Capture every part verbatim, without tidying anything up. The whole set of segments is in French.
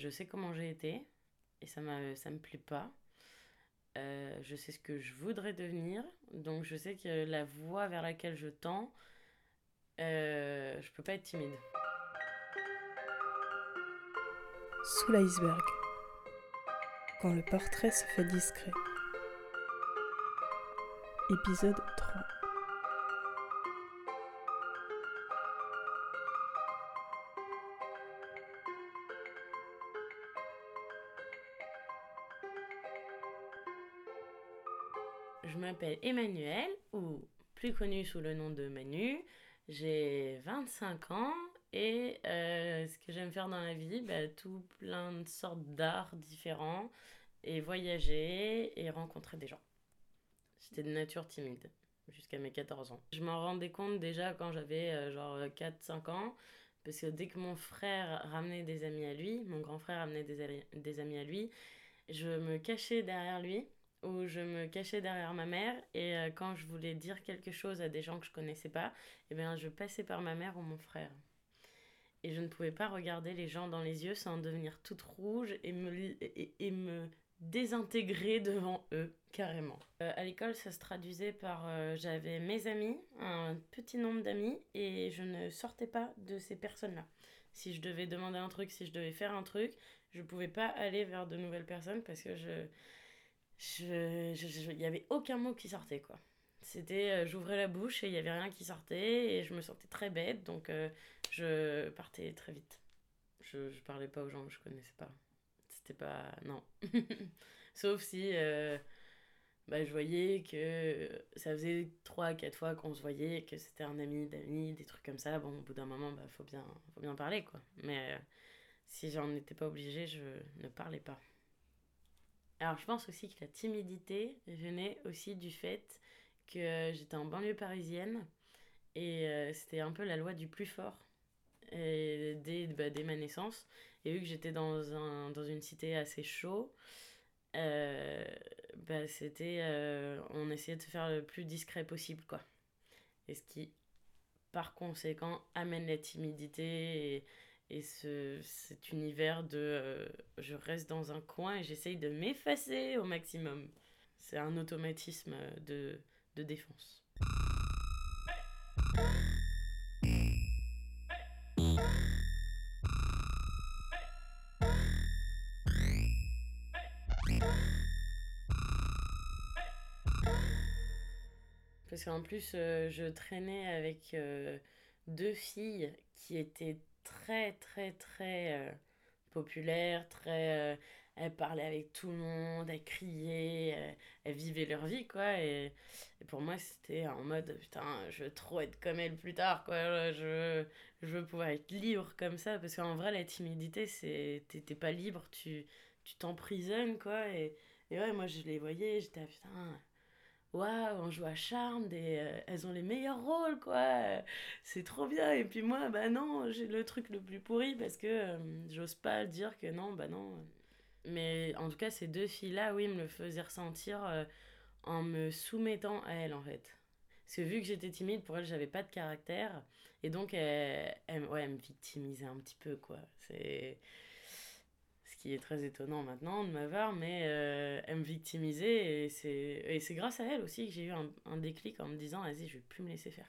je sais comment j'ai été et ça m'a, ça me plaît pas. Euh, je sais ce que je voudrais devenir, donc je sais que la voie vers laquelle je tends, euh, je peux pas être timide. Sous l'iceberg, quand le portrait se fait discret. Épisode trois. Je m'appelle Emmanuelle, ou plus connue sous le nom de Manu. J'ai vingt-cinq ans et euh, ce que j'aime faire dans la vie, bah, tout plein de sortes d'arts différents et voyager et rencontrer des gens. J'étais de nature timide jusqu'à mes quatorze ans. Je m'en rendais compte déjà quand j'avais euh, genre quatre cinq ans, parce que dès que mon frère ramenait des amis à lui, mon grand frère ramenait des, ali- des amis à lui, je me cachais derrière lui ou je me cachais derrière ma mère et euh, quand je voulais dire quelque chose à des gens que je connaissais pas, eh bien je passais par ma mère ou mon frère. Et je ne pouvais pas regarder les gens dans les yeux sans devenir toute rouge et me, et, et me désintégrer devant eux, carrément. Euh, à l'école, ça se traduisait par euh, j'avais mes amis, un petit nombre d'amis, et je ne sortais pas de ces personnes-là. Si je devais demander un truc, si je devais faire un truc, je ne pouvais pas aller vers de nouvelles personnes parce que je. Je, je, je- il y avait aucun mot qui sortait, quoi. C'était, euh, j'ouvrais la bouche et il y avait rien qui sortait et je me sentais très bête, donc euh, je partais très vite. Je, je parlais pas aux gens que je connaissais pas. C'était pas. Non. Sauf si euh, bah, je voyais que ça faisait trois quatre fois qu'on se voyait, que c'était un ami d'amis, des trucs comme ça. Bon, au bout d'un moment, bah, faut bien, faut bien parler, quoi. Mais euh, si j'en étais pas obligée, je ne parlais pas. Alors, je pense aussi que la timidité venait aussi du fait que j'étais en banlieue parisienne et euh, c'était un peu la loi du plus fort et dès, bah, dès ma naissance. Et vu que j'étais dans, un, dans une cité assez chaud, euh, bah, c'était, euh, on essayait de se faire le plus discret possible, quoi. Et ce qui, par conséquent, amène la timidité et, et ce, cet univers de euh, je reste dans un coin et j'essaye de m'effacer au maximum. C'est un automatisme de, de défense. Parce qu'en plus, euh, je traînais avec euh, deux filles qui étaient très, très, très euh, populaires, très. Euh, elles parlaient avec tout le monde, elles criaient, elles, elles vivaient leur vie, quoi. Et, et pour moi, c'était en mode putain, je veux trop être comme elles plus tard, quoi. Je veux, je veux pouvoir être libre comme ça. Parce qu'en vrai, la timidité, c'est. T'es t'es pas libre, tu tu t'emprisonnes, quoi. Et, et ouais, moi, je les voyais, j'étais ah, putain waouh, on joue à Charmed et euh, elles ont les meilleurs rôles, quoi. Euh, C'est trop bien. Et puis moi, bah non, j'ai le truc le plus pourri parce que euh, j'ose pas dire que non, bah non. Mais en tout cas, ces deux filles-là, oui, me le faisaient ressentir euh, en me soumettant à elles, en fait. Parce que vu que j'étais timide, pour elles, j'avais pas de caractère. Et donc, elles, elles- ouais, elles me victimisaient un petit peu, quoi. C'est ce qui est très étonnant maintenant de ma part, mais euh, elle me victimisait et c'est, et c'est grâce à elle aussi que j'ai eu un, un déclic en me disant vas-y, je vais plus me laisser faire.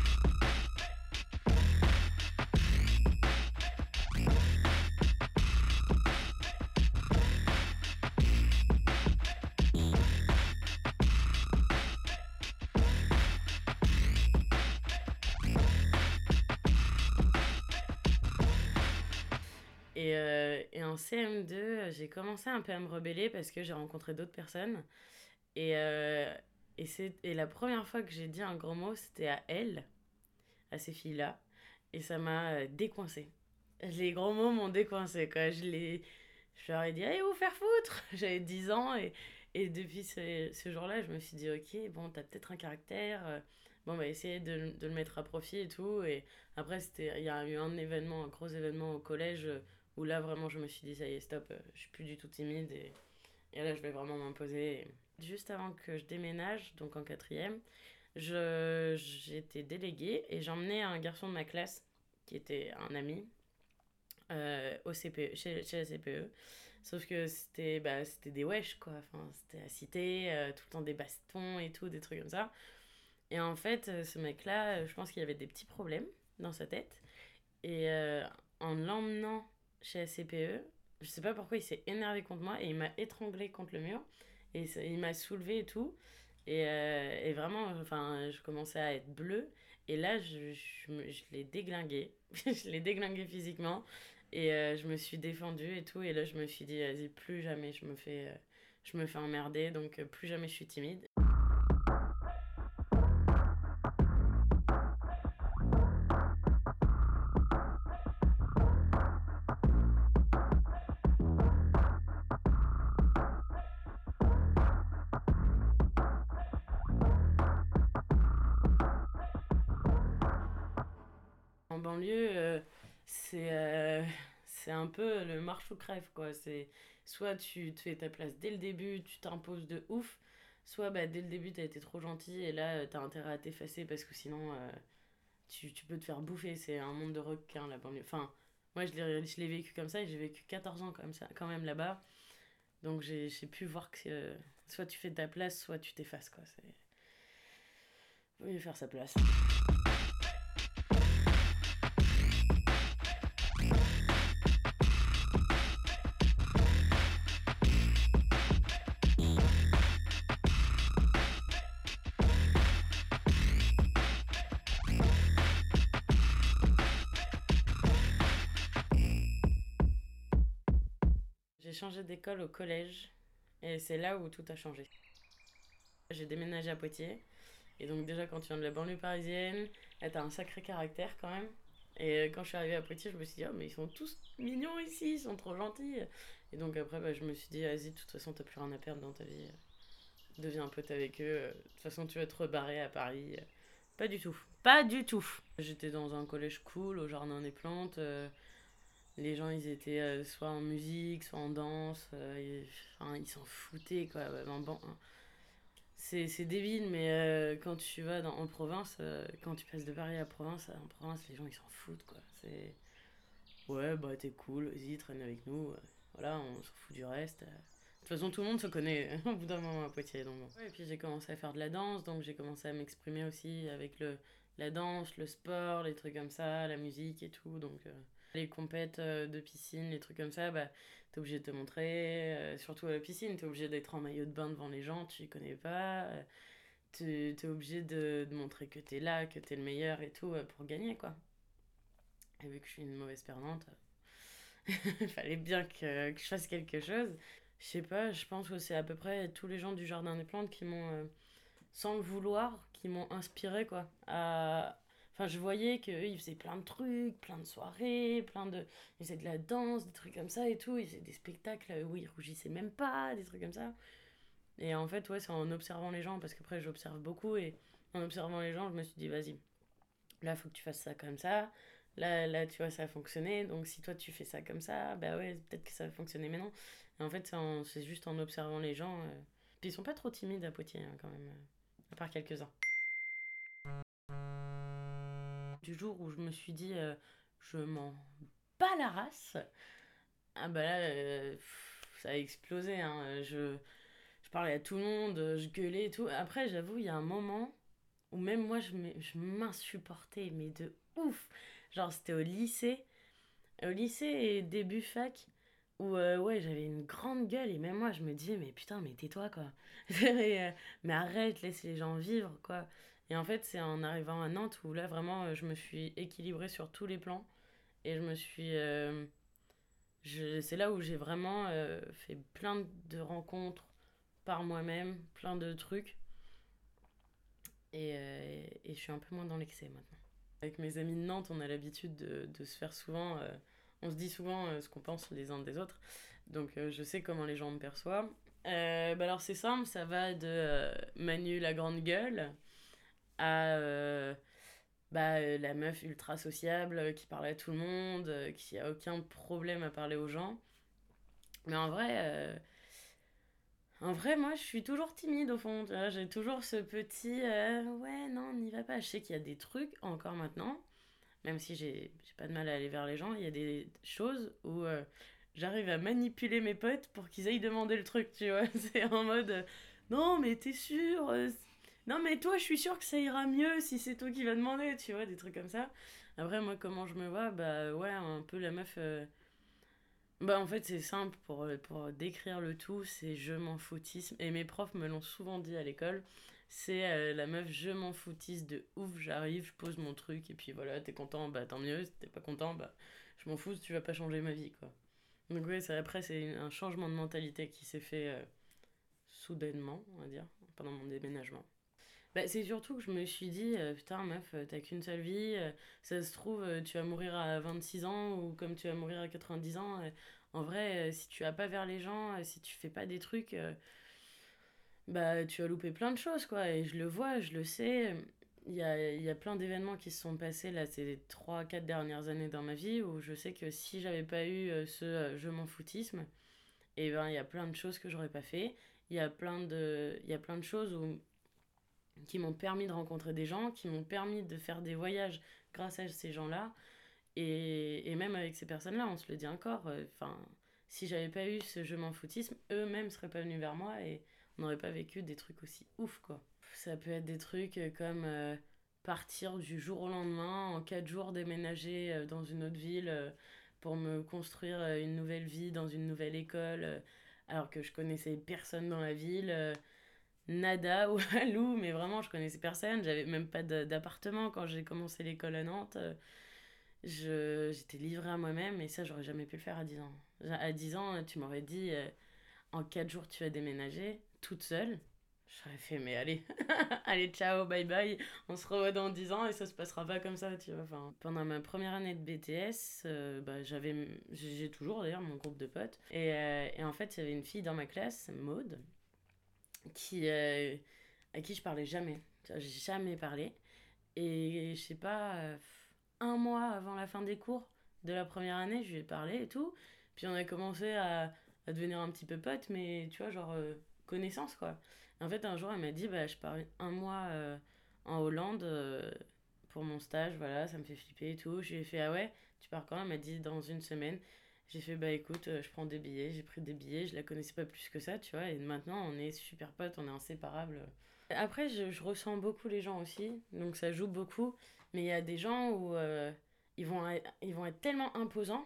Et, euh, et en C M deux, j'ai commencé un peu à me rebeller parce que j'ai rencontré d'autres personnes. Et, euh, et, c'est, et la première fois que j'ai dit un gros mot, c'était à elle, à ces filles-là. Et ça m'a euh, décoincé. Les gros mots m'ont décoincé, quoi. Je, les, je leur ai dit, allez vous faire foutre. J'avais dix ans et, et depuis ce, ce jour-là, je me suis dit, ok, bon, t'as peut-être un caractère. euh, Bon, on va essayer de, de le mettre à profit et tout. Et après, c'était, il y a eu un événement, un gros événement au collège euh, où là, vraiment, je me suis dit, ça y est, stop, euh, je suis plus du tout timide et, et là, je vais vraiment m'imposer. Juste avant que je déménage, donc en quatrième, je, j'étais déléguée et j'emmenais un garçon de ma classe qui était un ami euh, au C P E, chez, chez la C P E. Sauf que c'était bah, c'était des wesh, quoi. Enfin, c'était la cité, euh, tout le temps des bastons et tout, des trucs comme ça. Et en fait, euh, ce mec-là, euh, je pense qu'il avait des petits problèmes dans sa tête. Et euh, en l'emmenant chez la C P E, je sais pas pourquoi il s'est énervé contre moi et il m'a étranglé contre le mur. Et ça- il m'a soulevé et tout. Et, euh, et vraiment, enfin, je commençais à être bleue. Et là, je, je, me- je l'ai déglingué. Je l'ai déglingué physiquement. Et euh, je me suis défendue et tout. Et là, je me suis dit, vas-y, plus jamais je me fais, euh, je me fais emmerder. Donc, euh, plus jamais je suis timide. En banlieue, euh, c'est euh, c'est un peu le marche ou crève, quoi. C'est soit tu te fais ta place dès le début, tu t'imposes de ouf, soit bah, dès le début, t'as été trop gentil et là, euh, t'as intérêt à t'effacer parce que sinon, euh, tu, tu peux te faire bouffer. C'est un monde de requins, la banlieue. Enfin, moi, je l'ai je l'ai vécu comme ça et j'ai vécu quatorze ans comme ça, quand même là-bas. Donc, j'ai j'ai pu voir que euh, soit tu fais ta place, soit tu t'effaces, quoi. C'est... Vaut mieux faire sa place. J'ai changé d'école au collège et c'est là où tout a changé. J'ai déménagé à Poitiers et donc déjà quand tu viens de la banlieue parisienne, là, t'as un sacré caractère quand même. Et euh, quand je suis arrivée à Poitiers, je me suis dit, oh mais ils sont tous mignons ici, ils sont trop gentils. Et donc après, bah, je me suis dit, vas-y, de toute façon, t'as plus rien à perdre dans ta vie. Deviens un pote avec eux. De toute façon, tu vas te rebarrer à Paris. Pas du tout. Pas du tout. J'étais dans un collège cool, au Jardin des Plantes. euh, les gens, ils étaient euh, soit en musique, soit en danse. euh, et- enfin, ils s'en foutaient, quoi. Ouais, ben bon, hein. C'est, c'est débile, mais euh, quand tu vas dans, en province, euh, quand tu passes de Paris à province, en province, les gens, ils s'en foutent, quoi. C'est... Ouais, bah t'es cool, vas-y, traîne avec nous. euh, Voilà, on s'en fout du reste. euh. De toute façon, tout le monde se connaît au bout d'un moment à Poitiers. Donc bon. Ouais, et puis j'ai commencé à faire de la danse, donc j'ai commencé à m'exprimer aussi avec le, la danse, le sport, les trucs comme ça, la musique et tout. Donc euh, les compètes euh, de piscine, les trucs comme ça, bah t'es obligé de te montrer. euh, surtout à la piscine, t'es obligé d'être en maillot de bain devant les gens, tu les connais pas. euh, tu t'es obligé de, de montrer que t'es là, que t'es le meilleur et tout euh, pour gagner, quoi. Et vu que je suis une mauvaise perdante, il fallait bien que, que je fasse quelque chose. Je sais pas, je pense que c'est à peu près tous les gens du Jardin des Plantes qui m'ont, euh, sans le vouloir, qui m'ont inspiré, quoi. À... Enfin, je voyais qu'eux, ils faisaient plein de trucs, plein de soirées, plein de... Ils faisaient de la danse, des trucs comme ça et tout. Ils faisaient des spectacles où ils rougissaient même pas, des trucs comme ça. Et en fait, ouais, c'est en observant les gens, parce qu'après, j'observe beaucoup, et en observant les gens, je me suis dit, vas-y, là, faut que tu fasses ça comme ça. Là, là, tu vois, ça a fonctionné. Donc, si toi, tu fais ça comme ça, bah ouais, peut-être que ça va fonctionner. Mais non. Et en fait, c'est, en- c'est juste en observant les gens. euh. Puis, ils sont pas trop timides à Poitiers, hein, quand même. euh, À part quelques-uns. Du jour où je me suis dit, euh, je m'en bats la race, ah bah là, euh, pff, ça a explosé. Hein. Je, je parlais à tout le monde, je gueulais et tout. Après, j'avoue, il y a un moment où même moi, je m'ai- je m'insupportais, mais de ouf. Genre, c'était au lycée. Au lycée et début fac, où euh, ouais, j'avais une grande gueule et même moi, je me disais, mais putain, mais tais-toi, quoi. mais, euh, mais arrête, laisse les gens vivre, quoi. Et en fait, c'est en arrivant à Nantes où là, vraiment, euh, je me suis équilibrée sur tous les plans. Et je me suis... euh, je- c'est là où j'ai vraiment euh, fait plein de rencontres par moi-même, plein de trucs. Et, euh, et je suis un peu moins dans l'excès maintenant. Avec mes amis de Nantes, on a l'habitude de, de se faire souvent. euh, on se dit souvent euh, ce qu'on pense les uns des autres. Donc euh, je sais comment les gens me perçoivent. Euh, bah alors c'est simple, ça va de euh, Manu la grande gueule à euh, bah, euh, la meuf ultra sociable euh, qui parle à tout le monde, euh, qui a aucun problème à parler aux gens. Mais en vrai, euh, en vrai, moi je suis toujours timide au fond. Tu vois, j'ai toujours ce petit euh, ouais, non, n'y va pas. Je sais qu'il y a des trucs encore maintenant. même si j'ai, j'ai pas de mal à aller vers les gens, il y a des choses où euh, j'arrive à manipuler mes potes pour qu'ils aillent demander le truc, tu vois. C'est en mode, euh, non, mais t'es sûr euh, non, mais toi, je suis sûre que ça ira mieux si c'est toi qui vas demander, tu vois, des trucs comme ça. Après, moi, comment je me vois, bah ouais, un peu la meuf. euh, Bah, en fait, c'est simple pour, euh, pour décrire le tout, c'est je m'en foutisme. Et mes profs me l'ont souvent dit à l'école. C'est euh, la meuf, je m'en foutisse de ouf, j'arrive, je pose mon truc, et puis voilà, t'es content, bah tant mieux, si t'es pas content, bah je m'en fous, tu vas pas changer ma vie, quoi. Donc, ouais, ça, après, c'est un changement de mentalité qui s'est fait euh, soudainement, on va dire, pendant mon déménagement. Bah, c'est surtout que je me suis dit, euh, putain, meuf, euh, t'as qu'une seule vie, euh, ça se trouve, euh, tu vas mourir à vingt-six ans ou comme tu vas mourir à quatre-vingt-dix ans. euh, en vrai, euh, si tu vas pas vers les gens, euh, si tu fais pas des trucs, euh, bah, tu vas louper plein de choses, quoi. Et je le vois, je le sais. Il y a, il y a plein d'événements qui se sont passés là ces trois quatre dernières années dans ma vie où je sais que si j'avais pas eu euh, ce euh, je m'en foutisme, et ben il y a plein de choses que j'aurais pas fait. Il y a plein de, il y a plein de choses où qui m'ont permis de rencontrer des gens, qui m'ont permis de faire des voyages grâce à ces gens-là. Et, et même avec ces personnes-là, on se le dit encore, enfin, euh, si j'avais pas eu ce je m'en foutisme, eux-mêmes seraient pas venus vers moi et on n'aurait pas vécu des trucs aussi ouf, quoi. Ça peut être des trucs comme euh, partir du jour au lendemain, en quatre jours déménager euh, dans une autre ville euh, pour me construire euh, une nouvelle vie dans une nouvelle école, euh, alors que je connaissais personne dans la ville. euh, Nada ou Walou, mais vraiment, je connaissais personne. J'avais même pas de- d'appartement quand j'ai commencé l'école à Nantes. Euh, Je, j'étais livrée à moi-même et ça, j'aurais jamais pu le faire à dix ans. À dix ans, tu m'aurais dit euh, en quatre jours, tu vas déménager toute seule. J'aurais fait, mais allez, allez, ciao, bye bye. On se revoit dans dix ans et ça se passera pas comme ça, tu vois. Enfin, pendant ma première année de B T S, euh, bah, j'avais, j'ai toujours d'ailleurs mon groupe de potes. Et, euh, et en fait, il y avait une fille dans ma classe, Maude, qui, euh, à qui je parlais jamais. J'ai jamais parlé. Et je sais pas, euh, un mois avant la fin des cours de la première année, je lui ai parlé et tout. Puis on a commencé à, à devenir un petit peu potes, mais tu vois, genre euh, connaissance quoi. Et en fait, un jour, elle m'a dit, bah, je pars un mois euh, en Hollande euh, pour mon stage, voilà, ça me fait flipper et tout. Je lui ai fait, ah ouais, tu pars quand? Elle m'a dit, dans une semaine. J'ai fait, bah écoute, euh, je prends des billets, j'ai pris des billets, je la connaissais pas plus que ça, tu vois, et maintenant on est super potes, on est inséparables. Après, je, je ressens beaucoup les gens aussi, donc ça joue beaucoup. Mais il y a des gens où euh, ils, vont être, ils vont être tellement imposants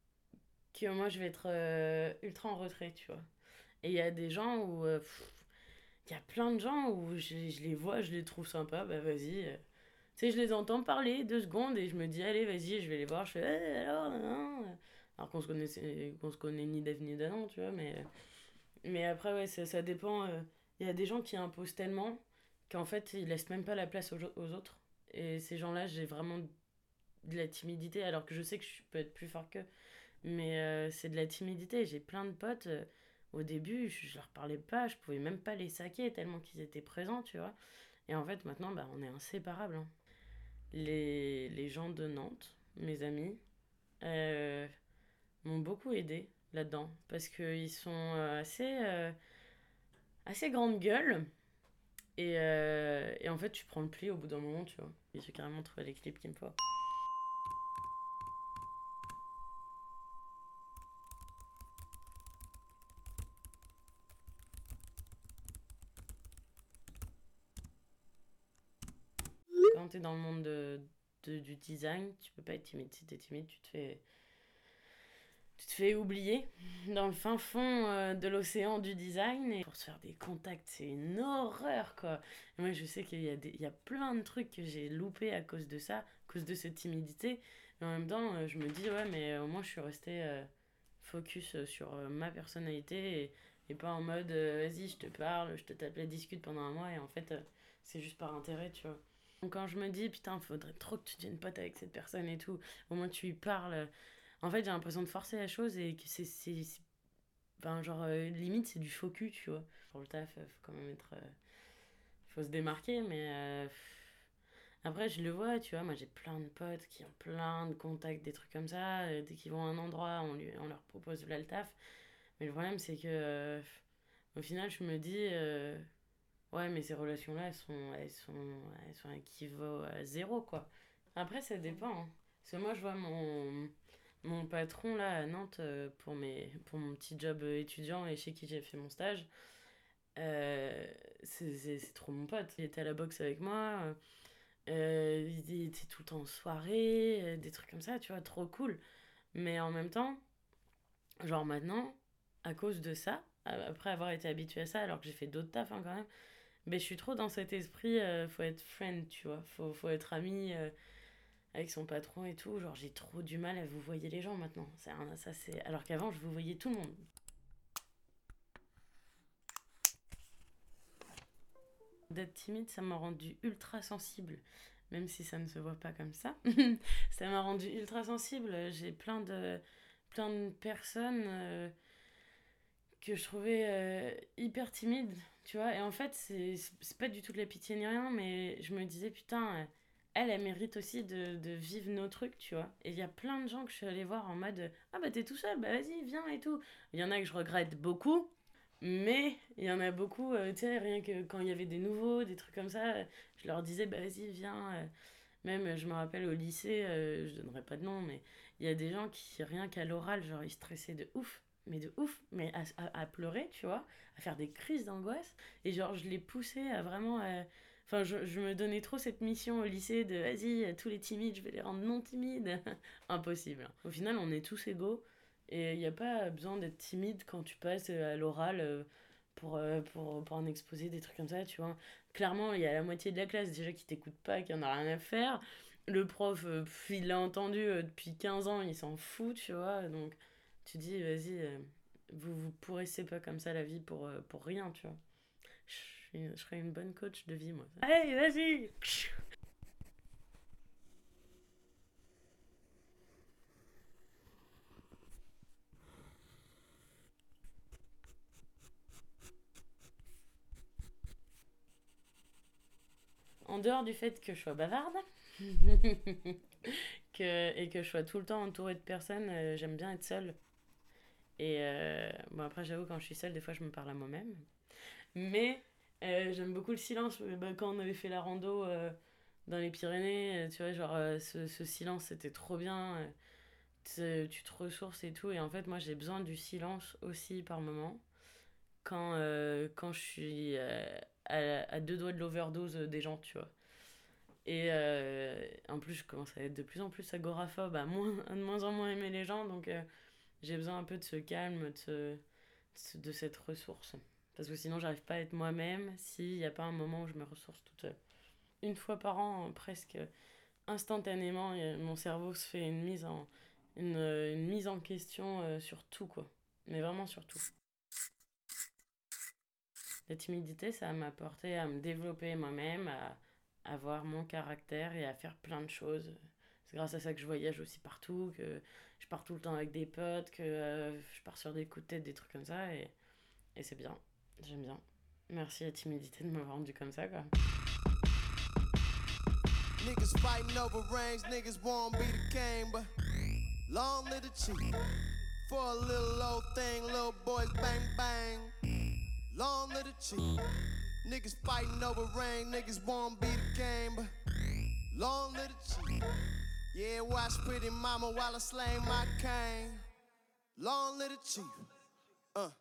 que moi je vais être euh, ultra en retrait, tu vois. Et il y a des gens où. euh, pff, Il y a plein de gens où je, je les vois, je les trouve sympas, bah vas-y. euh. Tu sais, je les entends parler deux secondes et je me dis, allez, vas-y, je vais les voir. Je fais, Eh, alors, nan, nan. Alors qu'on se connaissait, qu'on se connaît ni d'Ève ni d'Adam, tu vois, mais. Mais après, ouais, ça, ça dépend. euh, Il y a des gens qui imposent tellement qu'en fait, ils laissent même pas la place aux, aux autres. Et ces gens-là, j'ai vraiment de la timidité, alors que je sais que je peux être plus fort qu'eux. Mais euh, c'est de la timidité. J'ai plein de potes. euh, au début, je, je leur parlais pas, je pouvais même pas les saquer tellement qu'ils étaient présents, tu vois. Et en fait, maintenant, bah, on est inséparables. hein. Les, les gens de Nantes, mes amis, euh, m'ont beaucoup aidé là-dedans. Parce qu'ils sont euh, assez, euh, assez grande gueule. Et, euh, et en fait, tu prends le pli au bout d'un moment, tu vois. Et j'ai carrément trouvé l'équilibre qu'il me faut. Quand t'es dans le monde de, de- du design, tu peux pas être timide. Si t'es timide, tu te fais, tu te fais oublier dans le fin fond euh, de l'océan du design. Et pour se faire des contacts, c'est une horreur, quoi. Et moi, je sais qu'il y a, des, il y a plein de trucs que j'ai loupés à cause de ça, à cause de cette timidité. Mais en même temps, euh, je me dis, ouais, mais au moins, je suis restée euh, focus euh, sur euh, ma personnalité et, et pas en mode, euh, vas-y, je te parle, je te tape la discute pendant un mois. Et en fait, euh, c'est juste par intérêt, tu vois. Donc quand je me dis, putain, faudrait trop que tu deviennes pote avec cette personne et tout, au moins tu lui parles. En fait, j'ai l'impression de forcer la chose et que c'est. c'est- c'est- Enfin, genre, euh, limite, c'est du faux cul, tu vois. Pour le taf, euh, faut quand même être. euh, faut se démarquer, mais. euh, Après, je le vois, tu vois. Moi, j'ai plein de potes qui ont plein de contacts, des trucs comme ça. euh, Dès qu'ils vont à un endroit, on, lui, on leur propose là le taf. Mais le problème, c'est que. euh, Au final, je me dis. euh, Ouais, mais ces relations-là, elles sont, elles sont, elles sont équivaut à zéro, quoi. Après, ça dépend. hein. Parce que moi, je vois mon, mon patron là à Nantes euh, pour, mes, pour mon petit job euh, étudiant et chez qui j'ai fait mon stage. Euh, c'est, c'est, c'est trop mon pote. Il était à la boxe avec moi. euh, euh, il était tout le temps en soirée, euh, des trucs comme ça, tu vois, trop cool. Mais en même temps, genre maintenant, à cause de ça, après avoir été habituée à ça, alors que j'ai fait d'autres tafs hein, quand même, mais je suis trop dans cet esprit, euh, faut être friend, tu vois, faut, faut être ami euh, avec son patron et tout. Genre, j'ai trop du mal à vous voyer les gens maintenant. C'est un- ça, c'est... Alors qu'avant, je vous voyais tout le monde. D'être timide, ça m'a rendu ultra sensible, même si ça ne se voit pas comme ça. Ça m'a rendu ultra sensible. J'ai plein de, plein de personnes euh, que je trouvais euh, hyper timides, tu vois. Et en fait, c'est, c'est pas du tout de la pitié ni rien, mais je me disais, putain, euh, elle, elle mérite aussi de, de vivre nos trucs, tu vois. Et il y a plein de gens que je suis allée voir en mode, ah bah t'es tout seul, bah vas-y, viens et tout. Il y en a que je regrette beaucoup, mais il y en a beaucoup, euh, tu sais, rien que quand il y avait des nouveaux, des trucs comme ça, je leur disais, bah vas-y, viens. euh. Même, je me rappelle au lycée, euh, je donnerai pas de nom, mais il y a des gens qui, rien qu'à l'oral, genre, ils stressaient de ouf, mais de ouf, mais à, à, à pleurer, tu vois, à faire des crises d'angoisse. Et genre, je les poussais à vraiment. euh, Enfin, je, je me donnais trop cette mission au lycée de vas-y, tous les timides, je vais les rendre non timides. Impossible. Au final, on est tous égaux. Et il n'y a pas besoin d'être timide quand tu passes à l'oral euh, pour, euh, pour, pour en exposer des trucs comme ça, tu vois. Clairement, il y a la moitié de la classe déjà qui t'écoute pas, qui en a rien à faire. Le prof, euh, pff, il l'a entendu euh, depuis quinze ans, il s'en fout, tu vois. Donc, tu dis, vas-y, euh, vous vous pourrissez pas comme ça la vie pour, euh, pour rien, tu vois. Je, suis- je serais une bonne coach de vie, moi. Allez, vas-y. En dehors du fait que je sois bavarde que, et que je sois tout le temps entourée de personnes, euh, j'aime bien être seule. Et euh, bon, après, j'avoue, quand je suis seule, des fois, je me parle à moi-même. Mais euh, j'aime beaucoup le silence. Euh, bah, quand on avait fait la rando euh, dans les Pyrénées, euh, tu vois, genre, euh, ce, ce silence, c'était trop bien. euh, tu tu te ressources et tout. Et en fait, moi, j'ai besoin du silence aussi par moment. Quand, euh, quand je suis euh, à, à deux doigts de l'overdose des gens, tu vois. Et euh, en plus, je commence à être de plus en plus agoraphobe, à, moins, à de moins en moins aimer les gens. Donc, euh, j'ai besoin un peu de ce calme, de, ce- de cette ressource. Parce que sinon, j'arrive pas à être moi-même s'il n'y a pas un moment où je me ressource toute seule. Une fois par an, presque instantanément, mon cerveau se fait une mise en, une, une mise en question euh, sur tout, quoi. Mais vraiment sur tout. La timidité, ça m'a apporté à me développer moi-même, à avoir mon caractère et à faire plein de choses. C'est grâce à ça que je voyage aussi partout, que je pars tout le temps avec des potes, que euh, je pars sur des coups de tête, des trucs comme ça. Et, et c'est bien. J'aime bien. Merci à la timidité de m'avoir rendu comme ça, quoi. Niggas fighting over rings, niggas won't be the king, but long live the chief. For a little old thing, little boys bang bang. Long live the chief. Niggas fighting over ring, niggas won't be the king, but long live the chief. Yeah, watch pretty mama while I slay my cane. Long live the chief.